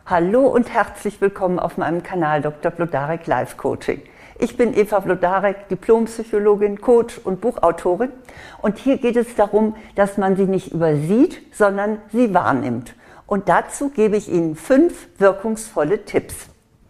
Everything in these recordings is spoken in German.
Hallo und herzlich willkommen auf meinem Kanal Dr. Vlodarek Life Coaching. Ich bin Eva Vlodarek, Diplompsychologin, Coach und Buchautorin. Und hier geht es darum, dass man sie nicht übersieht, sondern sie wahrnimmt. Und dazu gebe ich Ihnen 5 wirkungsvolle Tipps.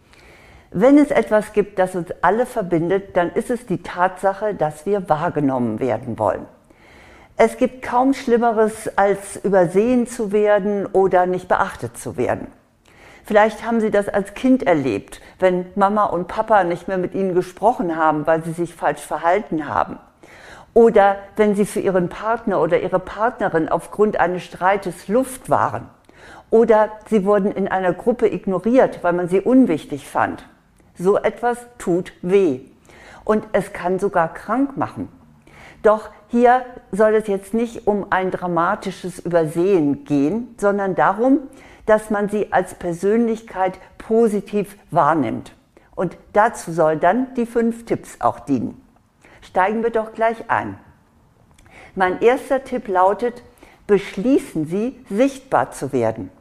Wenn es etwas gibt, das uns alle verbindet, dann ist es die Tatsache, dass wir wahrgenommen werden wollen. Es gibt kaum Schlimmeres, als übersehen zu werden oder nicht beachtet zu werden. Vielleicht haben Sie das als Kind erlebt, wenn Mama und Papa nicht mehr mit Ihnen gesprochen haben, weil sie sich falsch verhalten haben. Oder wenn Sie für Ihren Partner oder Ihre Partnerin aufgrund eines Streites Luft waren. Oder Sie wurden in einer Gruppe ignoriert, weil man sie unwichtig fand. So etwas tut weh. Und es kann sogar krank machen. Doch hier soll es jetzt nicht um ein dramatisches Übersehen gehen, sondern darum, dass man sie als Persönlichkeit positiv wahrnimmt. Und dazu soll dann die 5 Tipps auch dienen. Steigen wir doch gleich ein. Mein erster Tipp lautet, beschließen Sie, sichtbar zu werden.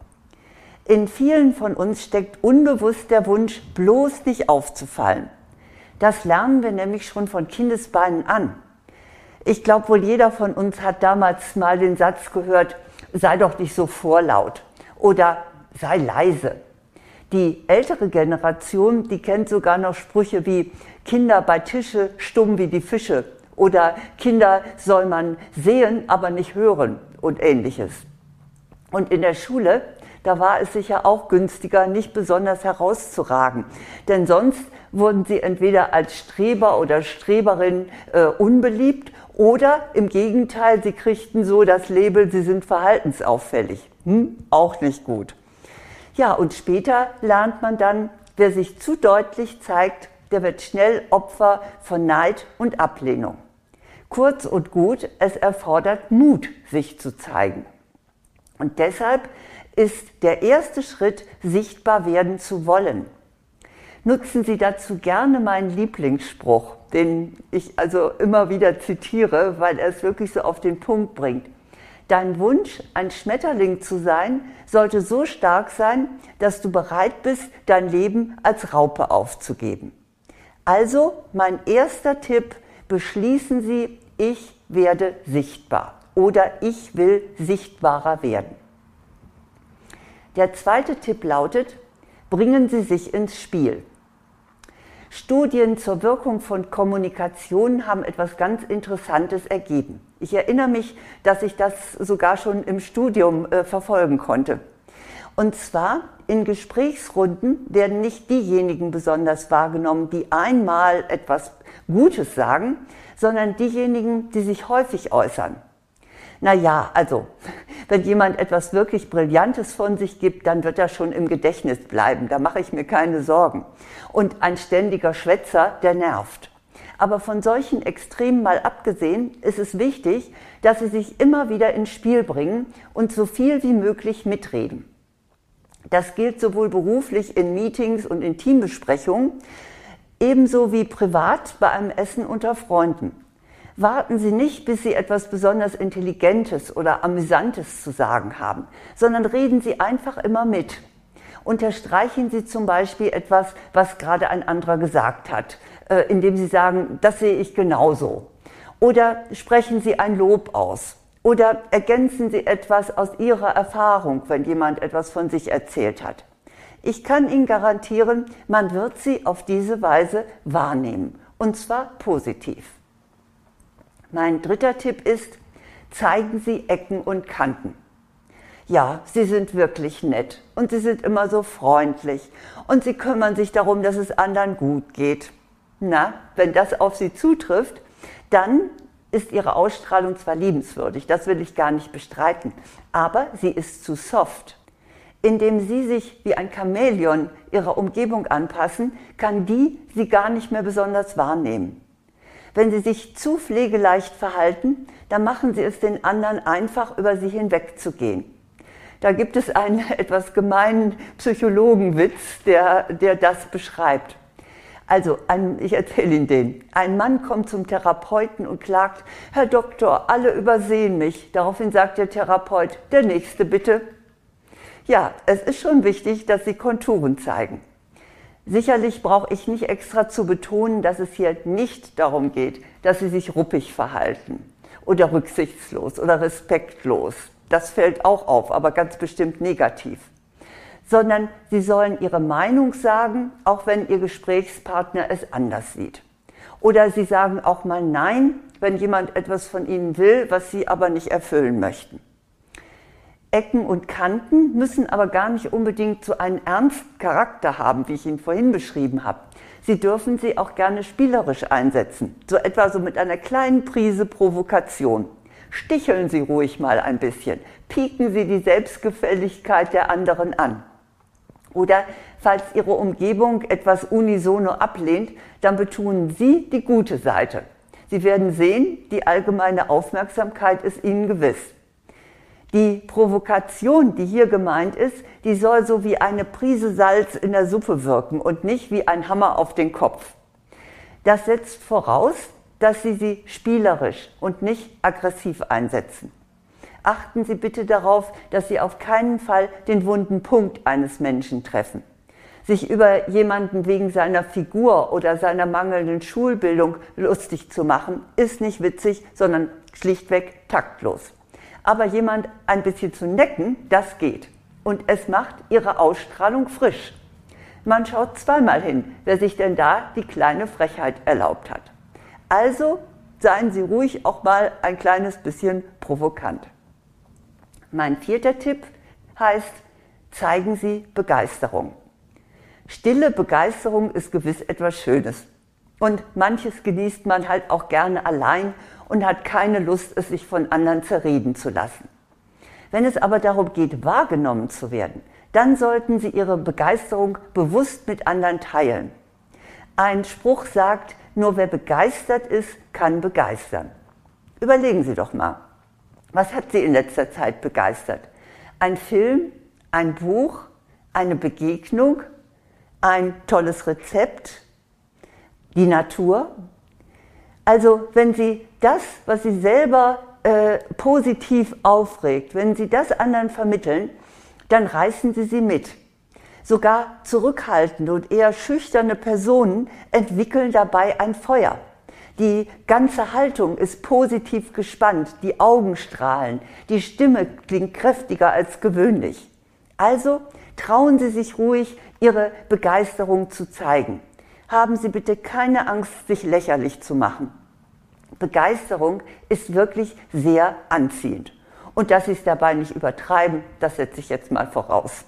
In vielen von uns steckt unbewusst der Wunsch, bloß nicht aufzufallen. Das lernen wir nämlich schon von Kindesbeinen an. Ich glaube, wohl jeder von uns hat damals mal den Satz gehört, sei doch nicht so vorlaut. Oder sei leise. Die ältere Generation, die kennt sogar noch Sprüche wie Kinder bei Tische stumm wie die Fische oder Kinder soll man sehen, aber nicht hören und ähnliches. Und in der Schule, da war es sicher auch günstiger, nicht besonders herauszuragen, denn sonst wurden sie entweder als Streber oder Streberin unbeliebt oder im Gegenteil, sie kriegten so das Label, sie sind verhaltensauffällig. Auch nicht gut. Ja, und später lernt man dann, wer sich zu deutlich zeigt, der wird schnell Opfer von Neid und Ablehnung. Kurz und gut, es erfordert Mut, sich zu zeigen. Und deshalb ist der erste Schritt, sichtbar werden zu wollen. Nutzen Sie dazu gerne meinen Lieblingsspruch, den ich also immer wieder zitiere, weil er es wirklich so auf den Punkt bringt. Dein Wunsch, ein Schmetterling zu sein, sollte so stark sein, dass du bereit bist, dein Leben als Raupe aufzugeben. Also mein erster Tipp, beschließen Sie, ich werde sichtbar oder ich will sichtbarer werden. Der zweite Tipp lautet, bringen Sie sich ins Spiel. Studien zur Wirkung von Kommunikation haben etwas ganz Interessantes ergeben. Ich erinnere mich, dass ich das sogar schon im Studium verfolgen konnte. Und zwar in Gesprächsrunden werden nicht diejenigen besonders wahrgenommen, die einmal etwas Gutes sagen, sondern diejenigen, die sich häufig äußern. Naja, also, wenn jemand etwas wirklich Brillantes von sich gibt, dann wird er schon im Gedächtnis bleiben, da mache ich mir keine Sorgen. Und ein ständiger Schwätzer, der nervt. Aber von solchen Extremen mal abgesehen, ist es wichtig, dass Sie sich immer wieder ins Spiel bringen und so viel wie möglich mitreden. Das gilt sowohl beruflich in Meetings und in Teambesprechungen, ebenso wie privat bei einem Essen unter Freunden. Warten Sie nicht, bis Sie etwas besonders Intelligentes oder Amüsantes zu sagen haben, sondern reden Sie einfach immer mit. Unterstreichen Sie zum Beispiel etwas, was gerade ein anderer gesagt hat, indem Sie sagen, das sehe ich genauso. Oder sprechen Sie ein Lob aus. Oder ergänzen Sie etwas aus Ihrer Erfahrung, wenn jemand etwas von sich erzählt hat. Ich kann Ihnen garantieren, man wird Sie auf diese Weise wahrnehmen. Und zwar positiv. Mein dritter Tipp ist, zeigen Sie Ecken und Kanten. Ja, Sie sind wirklich nett und Sie sind immer so freundlich und Sie kümmern sich darum, dass es anderen gut geht. Na, wenn das auf Sie zutrifft, dann ist Ihre Ausstrahlung zwar liebenswürdig, das will ich gar nicht bestreiten, aber sie ist zu soft. Indem Sie sich wie ein Chamäleon Ihrer Umgebung anpassen, kann die Sie gar nicht mehr besonders wahrnehmen. Wenn Sie sich zu pflegeleicht verhalten, dann machen Sie es den anderen einfach, über Sie hinwegzugehen. Da gibt es einen etwas gemeinen Psychologenwitz, der das beschreibt. Also, ich erzähle Ihnen den. Ein Mann kommt zum Therapeuten und klagt, Herr Doktor, alle übersehen mich. Daraufhin sagt der Therapeut, der Nächste bitte. Ja, es ist schon wichtig, dass Sie Konturen zeigen. Sicherlich brauche ich nicht extra zu betonen, dass es hier nicht darum geht, dass Sie sich ruppig verhalten oder rücksichtslos oder respektlos. Das fällt auch auf, aber ganz bestimmt negativ. Sondern Sie sollen Ihre Meinung sagen, auch wenn Ihr Gesprächspartner es anders sieht. Oder Sie sagen auch mal Nein, wenn jemand etwas von Ihnen will, was Sie aber nicht erfüllen möchten. Ecken und Kanten müssen aber gar nicht unbedingt so einen ernsten Charakter haben, wie ich ihn vorhin beschrieben habe. Sie dürfen sie auch gerne spielerisch einsetzen, so etwa so mit einer kleinen Prise Provokation. Sticheln Sie ruhig mal ein bisschen, pieken Sie die Selbstgefälligkeit der anderen an. Oder falls Ihre Umgebung etwas unisono ablehnt, dann betonen Sie die gute Seite. Sie werden sehen, die allgemeine Aufmerksamkeit ist Ihnen gewiss. Die Provokation, die hier gemeint ist, die soll so wie eine Prise Salz in der Suppe wirken und nicht wie ein Hammer auf den Kopf. Das setzt voraus, dass Sie sie spielerisch und nicht aggressiv einsetzen. Achten Sie bitte darauf, dass Sie auf keinen Fall den wunden Punkt eines Menschen treffen. Sich über jemanden wegen seiner Figur oder seiner mangelnden Schulbildung lustig zu machen, ist nicht witzig, sondern schlichtweg taktlos. Aber jemand ein bisschen zu necken, das geht. Und es macht Ihre Ausstrahlung frisch. Man schaut zweimal hin, wer sich denn da die kleine Frechheit erlaubt hat. Also seien Sie ruhig auch mal ein kleines bisschen provokant. Mein 4. Tipp heißt, zeigen Sie Begeisterung. Stille Begeisterung ist gewiss etwas Schönes. Und manches genießt man halt auch gerne allein und hat keine Lust, es sich von anderen zerreden zu lassen. Wenn es aber darum geht, wahrgenommen zu werden, dann sollten Sie Ihre Begeisterung bewusst mit anderen teilen. Ein Spruch sagt, nur wer begeistert ist, kann begeistern. Überlegen Sie doch mal, was hat Sie in letzter Zeit begeistert? Ein Film, ein Buch, eine Begegnung, ein tolles Rezept, die Natur? Also wenn Sie das, was Sie selber positiv aufregt, wenn Sie das anderen vermitteln, dann reißen Sie sie mit. Sogar zurückhaltende und eher schüchterne Personen entwickeln dabei ein Feuer. Die ganze Haltung ist positiv gespannt, die Augen strahlen, die Stimme klingt kräftiger als gewöhnlich. Also trauen Sie sich ruhig, Ihre Begeisterung zu zeigen. Haben Sie bitte keine Angst, sich lächerlich zu machen. Begeisterung ist wirklich sehr anziehend. Und dass Sie es dabei nicht übertreiben, das setze ich jetzt mal voraus.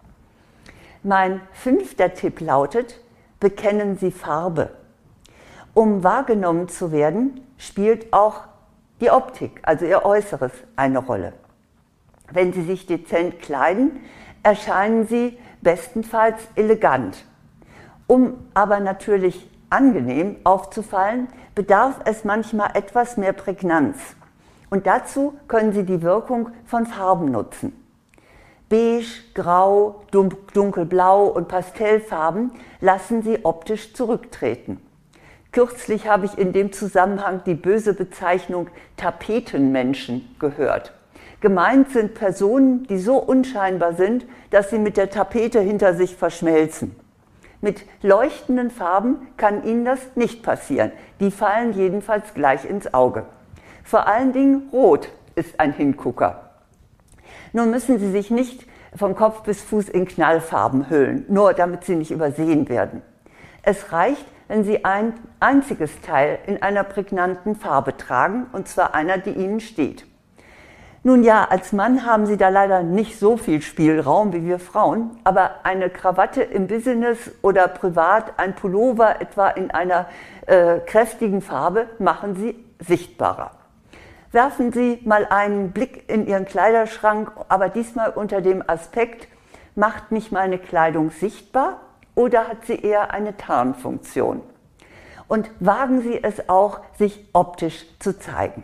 Mein 5. Tipp lautet, bekennen Sie Farbe. Um wahrgenommen zu werden, spielt auch die Optik, also Ihr Äußeres, eine Rolle. Wenn Sie sich dezent kleiden, erscheinen Sie bestenfalls elegant. Um aber natürlich angenehm aufzufallen, bedarf es manchmal etwas mehr Prägnanz. Und dazu können Sie die Wirkung von Farben nutzen. Beige, Grau, Dunkelblau und Pastellfarben lassen Sie optisch zurücktreten. Kürzlich habe ich in dem Zusammenhang die böse Bezeichnung Tapetenmenschen gehört. Gemeint sind Personen, die so unscheinbar sind, dass sie mit der Tapete hinter sich verschmelzen. Mit leuchtenden Farben kann Ihnen das nicht passieren. Die fallen jedenfalls gleich ins Auge. Vor allen Dingen Rot ist ein Hingucker. Nun müssen Sie sich nicht von Kopf bis Fuß in Knallfarben hüllen, nur damit Sie nicht übersehen werden. Es reicht, wenn Sie ein einziges Teil in einer prägnanten Farbe tragen, und zwar einer, die Ihnen steht. Nun ja, als Mann haben Sie da leider nicht so viel Spielraum wie wir Frauen, aber eine Krawatte im Business oder privat, ein Pullover etwa in einer kräftigen Farbe machen Sie sichtbarer. Werfen Sie mal einen Blick in Ihren Kleiderschrank, aber diesmal unter dem Aspekt, macht mich meine Kleidung sichtbar oder hat sie eher eine Tarnfunktion? Und wagen Sie es auch, sich optisch zu zeigen.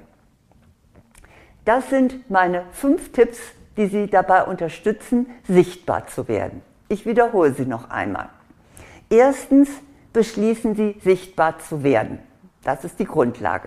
Das sind meine 5 Tipps, die Sie dabei unterstützen, sichtbar zu werden. Ich wiederhole sie noch einmal. Erstens, beschließen Sie, sichtbar zu werden. Das ist die Grundlage.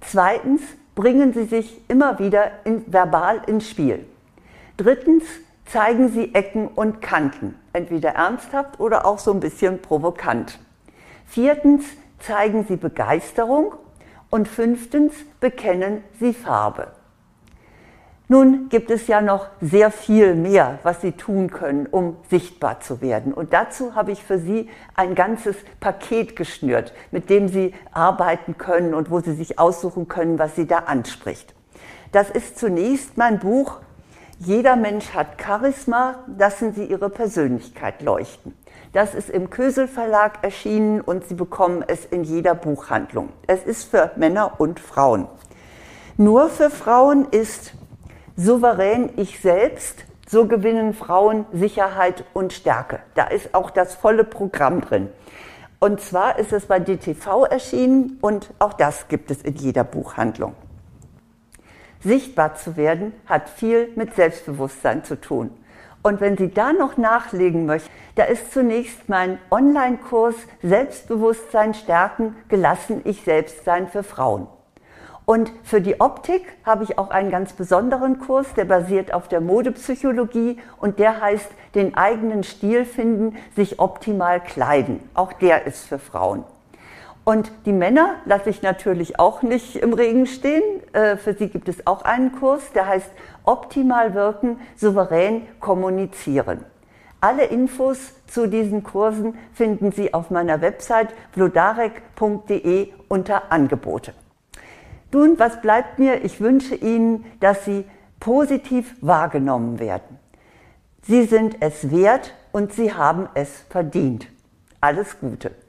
Zweitens, bringen Sie sich immer wieder verbal ins Spiel. Drittens, zeigen Sie Ecken und Kanten, entweder ernsthaft oder auch so ein bisschen provokant. 4. zeigen Sie Begeisterung und 5. bekennen Sie Farbe. Nun gibt es ja noch sehr viel mehr, was Sie tun können, um sichtbar zu werden. Und dazu habe ich für Sie ein ganzes Paket geschnürt, mit dem Sie arbeiten können und wo Sie sich aussuchen können, was Sie da anspricht. Das ist zunächst mein Buch Jeder Mensch hat Charisma, lassen Sie Ihre Persönlichkeit leuchten. Das ist im Kösel Verlag erschienen und Sie bekommen es in jeder Buchhandlung. Es ist für Männer und Frauen. Nur für Frauen ist Souverän ich selbst, so gewinnen Frauen Sicherheit und Stärke. Da ist auch das volle Programm drin. Und zwar ist es bei DTV erschienen und auch das gibt es in jeder Buchhandlung. Sichtbar zu werden hat viel mit Selbstbewusstsein zu tun. Und wenn Sie da noch nachlegen möchten, da ist zunächst mein Online-Kurs Selbstbewusstsein stärken, gelassen ich selbst sein für Frauen. Und für die Optik habe ich auch einen ganz besonderen Kurs, der basiert auf der Modepsychologie und der heißt den eigenen Stil finden, sich optimal kleiden. Auch der ist für Frauen. Und die Männer lasse ich natürlich auch nicht im Regen stehen. Für sie gibt es auch einen Kurs, der heißt Optimal wirken, souverän kommunizieren. Alle Infos zu diesen Kursen finden Sie auf meiner Website vlodarek.de unter Angebote. Nun, was bleibt mir? Ich wünsche Ihnen, dass Sie positiv wahrgenommen werden. Sie sind es wert und Sie haben es verdient. Alles Gute.